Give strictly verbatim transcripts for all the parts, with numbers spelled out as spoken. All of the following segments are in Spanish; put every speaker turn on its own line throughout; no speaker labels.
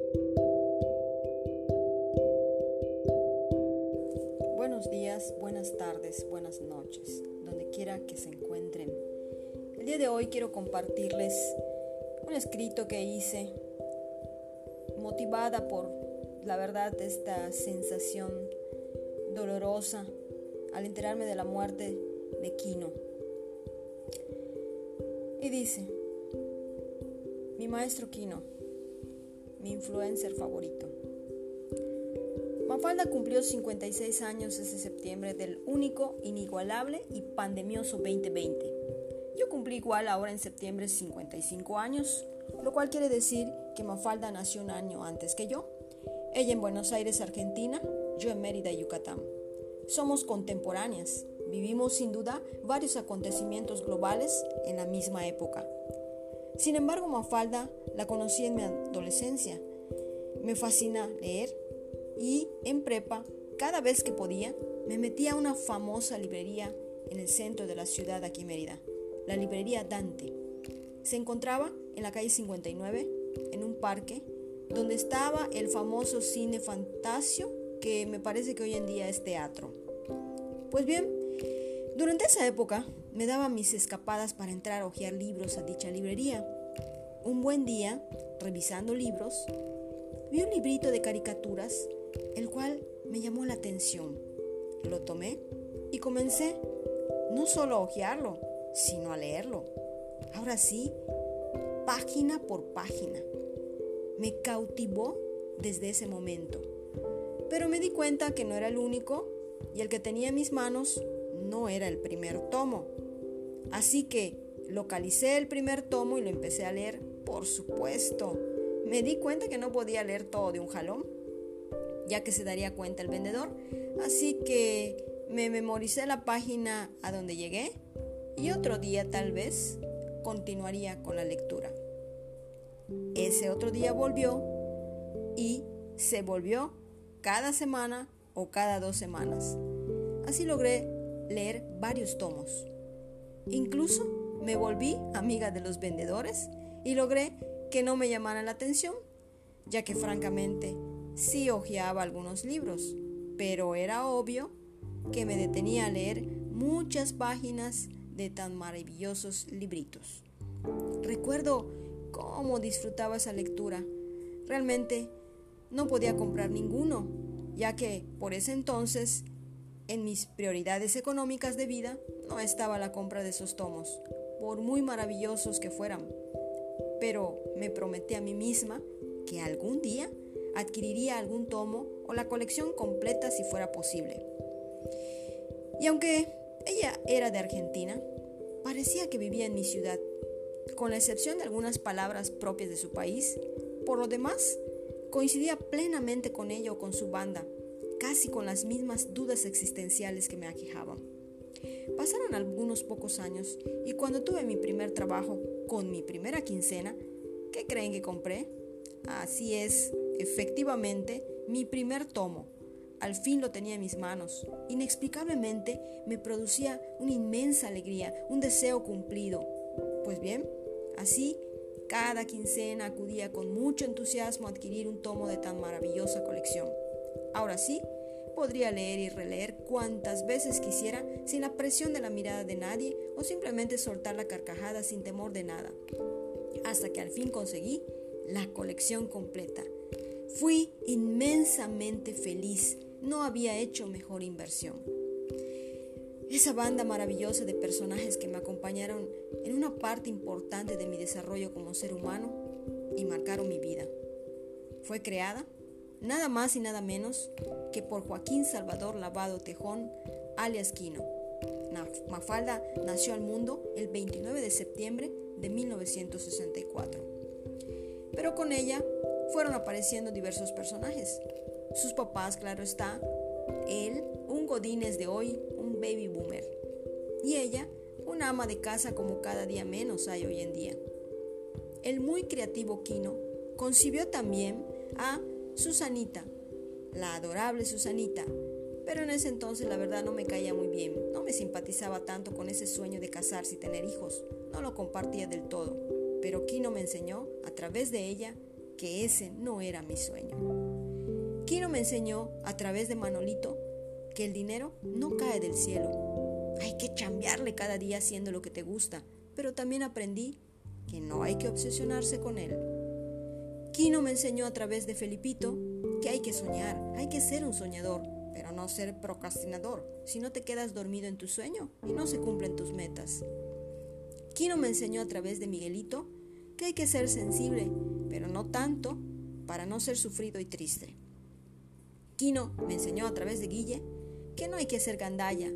Buenos días, buenas tardes, buenas noches, donde quiera que se encuentren. El día de hoy quiero compartirles un escrito que hice motivada por, la verdad, esta sensación dolorosa al enterarme de la muerte de Kino. Y dice: mi maestro Kino, mi influencer favorito. Mafalda cumplió cincuenta y seis años ese septiembre del único, inigualable y pandemioso veinte veinte. Yo cumplí igual ahora en septiembre cincuenta y cinco años, lo cual quiere decir que Mafalda nació un año antes que yo. Ella en Buenos Aires, Argentina, yo en Mérida, Yucatán. Somos contemporáneas, vivimos sin duda varios acontecimientos globales en la misma época. Sin embargo, Mafalda la conocí en mi adolescencia. Me fascina leer y en prepa, cada vez que podía, me metía a una famosa librería en el centro de la ciudad aquí en Mérida, la librería Dante. Se encontraba en la calle cincuenta y nueve, en un parque, donde estaba el famoso cine Fantasio, que me parece que hoy en día es teatro. Pues bien, durante esa época me daba mis escapadas para entrar a hojear libros a dicha librería. Un buen día, revisando libros, vi un librito de caricaturas, el cual me llamó la atención. Lo tomé y comencé no solo a hojearlo, sino a leerlo. Ahora sí, página por página. Me cautivó desde ese momento. Pero me di cuenta que no era el único y el que tenía en mis manos no era el primer tomo. Así que localicé el primer tomo y lo empecé a leer, por supuesto. Me di cuenta que no podía leer todo de un jalón, ya que se daría cuenta el vendedor. Así que me memoricé la página a donde llegué y otro día tal vez continuaría con la lectura. Ese otro día volvió y se volvió cada semana o cada dos semanas. Así logré leer varios tomos. Incluso me volví amiga de los vendedores y logré que no me llamaran la atención, ya que francamente sí hojeaba algunos libros, pero era obvio que me detenía a leer muchas páginas de tan maravillosos libritos. Recuerdo cómo disfrutaba esa lectura. Realmente no podía comprar ninguno, ya que por ese entonces en mis prioridades económicas de vida no estaba la compra de esos tomos, por muy maravillosos que fueran. Pero me prometí a mí misma que algún día adquiriría algún tomo o la colección completa si fuera posible. Y aunque ella era de Argentina, parecía que vivía en mi ciudad, con la excepción de algunas palabras propias de su país. Por lo demás, coincidía plenamente con ella o con su banda, casi con las mismas dudas existenciales que me aquejaban. Pasaron algunos pocos años y cuando tuve mi primer trabajo con mi primera quincena, ¿qué creen que compré? Así es, efectivamente, mi primer tomo. Al fin lo tenía en mis manos. Inexplicablemente me producía una inmensa alegría, un deseo cumplido. Pues bien, así, cada quincena acudía con mucho entusiasmo a adquirir un tomo de tan maravillosa colección. Ahora sí, podría leer y releer cuantas veces quisiera sin la presión de la mirada de nadie o simplemente soltar la carcajada sin temor de nada. Hasta que al fin conseguí la colección completa. Fui inmensamente feliz. No había hecho mejor inversión. Esa banda maravillosa de personajes que me acompañaron en una parte importante de mi desarrollo como ser humano y marcaron mi vida. Fue creada nada más y nada menos que por Joaquín Salvador Lavado Tejón, alias Kino. Mafalda nació al mundo el veintinueve de septiembre de mil novecientos sesenta y cuatro. Pero con ella fueron apareciendo diversos personajes. Sus papás, claro está, él, un godínez de hoy, un baby boomer, y ella, una ama de casa como cada día menos hay hoy en día. El muy creativo Kino concibió también a Susanita, la adorable Susanita, pero en ese entonces la verdad no me caía muy bien, no me simpatizaba tanto con ese sueño de casarse y tener hijos, no lo compartía del todo, pero Kino me enseñó, a través de ella, que ese no era mi sueño. Kino me enseñó a través de Manolito que el dinero no cae del cielo. Hay que chambearle cada día haciendo lo que te gusta, pero también aprendí que no hay que obsesionarse con él. Kino me enseñó a través de Felipito que hay que soñar, hay que ser un soñador, pero no ser procrastinador, si no te quedas dormido en tu sueño y no se cumplen tus metas. Kino me enseñó a través de Miguelito que hay que ser sensible, pero no tanto para no ser sufrido y triste. Kino me enseñó a través de Guille que no hay que ser gandalla.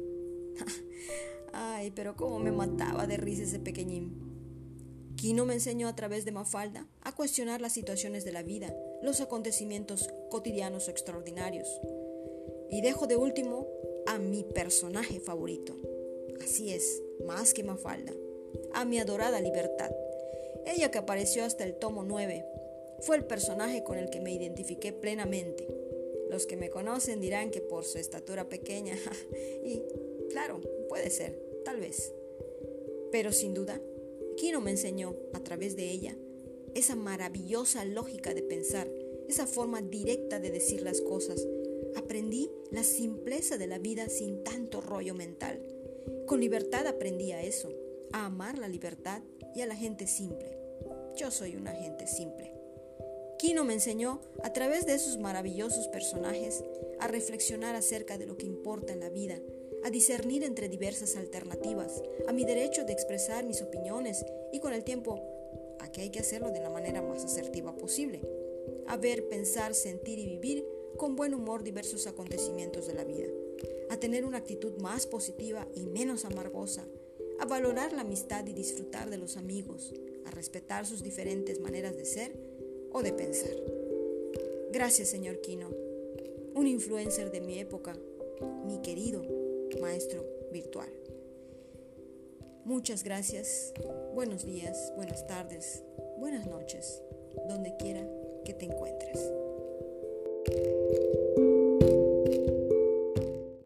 Ay, pero cómo me mataba de risa ese pequeñín. Kino me enseñó a través de Mafalda a cuestionar las situaciones de la vida, los acontecimientos cotidianos o extraordinarios. Y dejo de último a mi personaje favorito. Así es, más que Mafalda, a mi adorada Libertad. Ella que apareció hasta el tomo nueve, fue el personaje con el que me identifiqué plenamente. Los que me conocen dirán que por su estatura pequeña, y claro, puede ser, tal vez. Pero sin duda, Kino me enseñó, a través de ella, esa maravillosa lógica de pensar, esa forma directa de decir las cosas. Aprendí la simpleza de la vida sin tanto rollo mental. Con Libertad aprendí a eso, a amar la libertad y a la gente simple. Yo soy una gente simple. Kino me enseñó, a través de esos maravillosos personajes, a reflexionar acerca de lo que importa en la vida, a discernir entre diversas alternativas, a mi derecho de expresar mis opiniones y con el tiempo a que hay que hacerlo de la manera más asertiva posible, a ver, pensar, sentir y vivir con buen humor diversos acontecimientos de la vida, a tener una actitud más positiva y menos amargosa, a valorar la amistad y disfrutar de los amigos, a respetar sus diferentes maneras de ser o de pensar. Gracias, señor Kino, un influencer de mi época, mi querido maestro virtual. Muchas gracias, buenos días, buenas tardes, buenas noches, donde quiera